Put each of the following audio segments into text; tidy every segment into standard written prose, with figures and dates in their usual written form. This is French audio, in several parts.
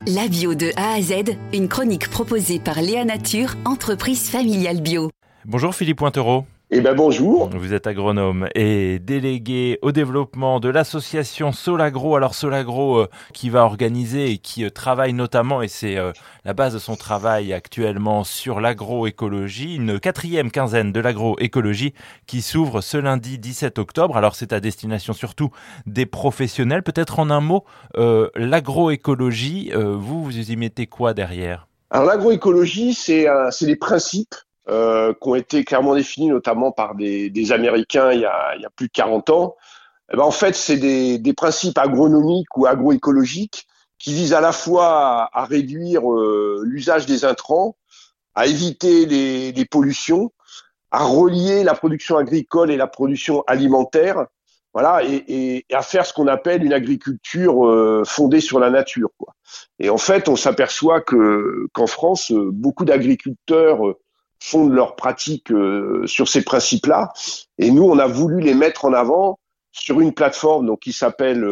La bio de A à Z, une chronique proposée par Léa Nature, entreprise familiale bio. Bonjour Philippe Pointereau. Bonjour. Vous êtes agronome et délégué au développement de l'association Solagro. Alors Solagro qui va organiser et qui travaille notamment, et c'est la base de son travail actuellement, sur l'agroécologie, une 4e quinzaine de l'agroécologie qui s'ouvre ce lundi 17 octobre. Alors c'est à destination surtout des professionnels. Peut-être en un mot, l'agroécologie, vous y mettez quoi derrière ? Alors l'agroécologie, c'est les principes qui ont été clairement définis notamment par des Américains il y a plus de 40 ans. En fait, c'est des principes agronomiques ou agroécologiques qui visent à la fois à réduire l'usage des intrants, à éviter les pollutions, à relier la production agricole et la production alimentaire, voilà, et à faire ce qu'on appelle une agriculture fondée sur la nature, quoi. Et en fait, on s'aperçoit qu'en France, beaucoup d'agriculteurs fondent leurs pratiques sur ces principes-là. Et nous, on a voulu les mettre en avant sur une plateforme donc, qui s'appelle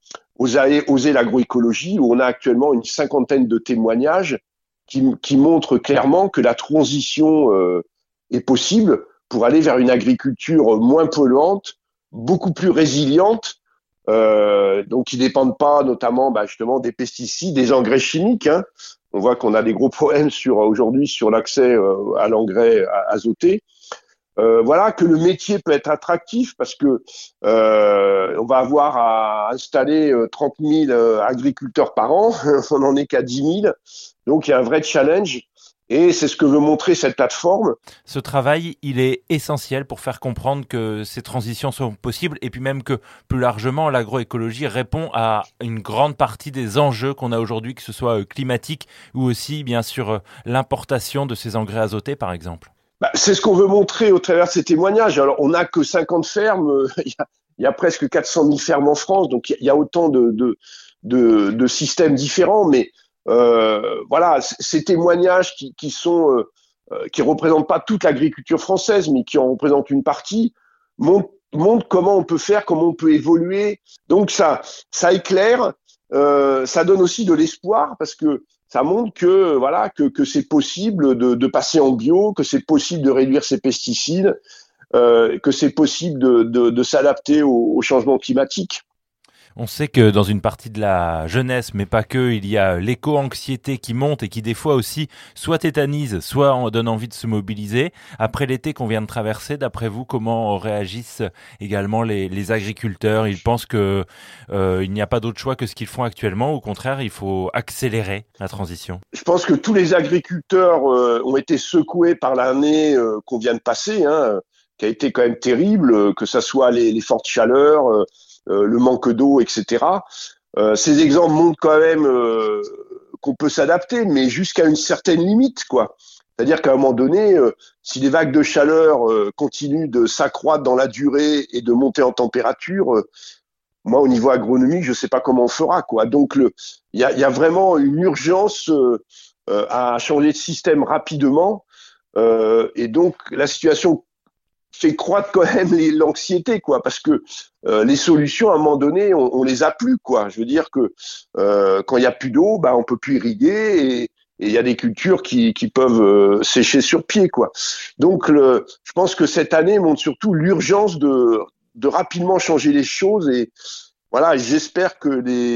Oser l'agroécologie, où on a actuellement une 50aine de témoignages qui montrent clairement que la transition est possible pour aller vers une agriculture moins polluante, beaucoup plus résiliente, donc qui dépendent pas notamment justement des pesticides, des engrais chimiques, hein. On voit qu'on a des gros problèmes aujourd'hui sur l'accès à l'engrais azoté. Voilà, que le métier peut être attractif parce que on va avoir à installer 30 000 agriculteurs par an. On n'en est qu'à 10 000. Donc, il y a un vrai challenge. Et c'est ce que veut montrer cette plateforme. Ce travail, il est essentiel pour faire comprendre que ces transitions sont possibles et puis même que, plus largement, l'agroécologie répond à une grande partie des enjeux qu'on a aujourd'hui, que ce soit climatique ou aussi, bien sûr, l'importation de ces engrais azotés, par exemple. C'est ce qu'on veut montrer au travers de ces témoignages. Alors, on n'a que 50 fermes. Il y a presque 400 000 fermes en France. Donc, il y a autant de systèmes différents. Mais voilà, ces témoignages qui représentent pas toute l'agriculture française, mais qui en représentent une partie, montrent comment on peut faire, comment on peut évoluer. Donc ça éclaire, ça donne aussi de l'espoir parce que ça montre que c'est possible de passer en bio, que c'est possible de réduire ses pesticides, que c'est possible de s'adapter au changement climatique. On sait que dans une partie de la jeunesse, mais pas que, il y a l'éco-anxiété qui monte et qui des fois aussi soit tétanise, soit en donne envie de se mobiliser. Après l'été qu'on vient de traverser, d'après vous, comment réagissent également les agriculteurs ? Ils pensent que il n'y a pas d'autre choix que ce qu'ils font actuellement. Au contraire, il faut accélérer la transition. Je pense que tous les agriculteurs ont été secoués par l'année qu'on vient de passer, hein, qui a été quand même terrible, que ça soit les fortes chaleurs, le manque d'eau, etc. Ces exemples montrent quand même qu'on peut s'adapter, mais jusqu'à une certaine limite, quoi. C'est-à-dire qu'à un moment donné, si les vagues de chaleur continuent de s'accroître dans la durée et de monter en température, moi, au niveau agronomique, je sais pas comment on fera, quoi. Donc, il y a vraiment une urgence à changer de système rapidement, et donc la situation fait croître quand même l'anxiété, quoi, parce que les solutions, à un moment donné, on les a plus, quoi. Je veux dire que quand il y a plus d'eau, on peut plus irriguer et il y a des cultures qui peuvent sécher sur pied, quoi. Donc, je pense que cette année montre surtout l'urgence de rapidement changer les choses et voilà, j'espère que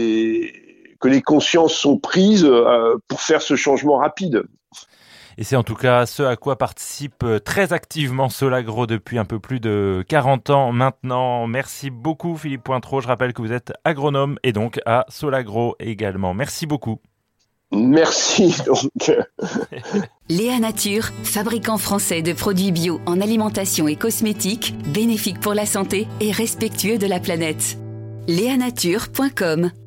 les consciences sont prises pour faire ce changement rapide. Et c'est en tout cas ce à quoi participe très activement Solagro depuis un peu plus de 40 ans maintenant. Merci beaucoup Philippe Pointereau. Je rappelle que vous êtes agronome et donc à Solagro également. Merci beaucoup. Merci donc. Léa Nature, fabricant français de produits bio en alimentation et cosmétiques, bénéfiques pour la santé et respectueux de la planète. Leanature.com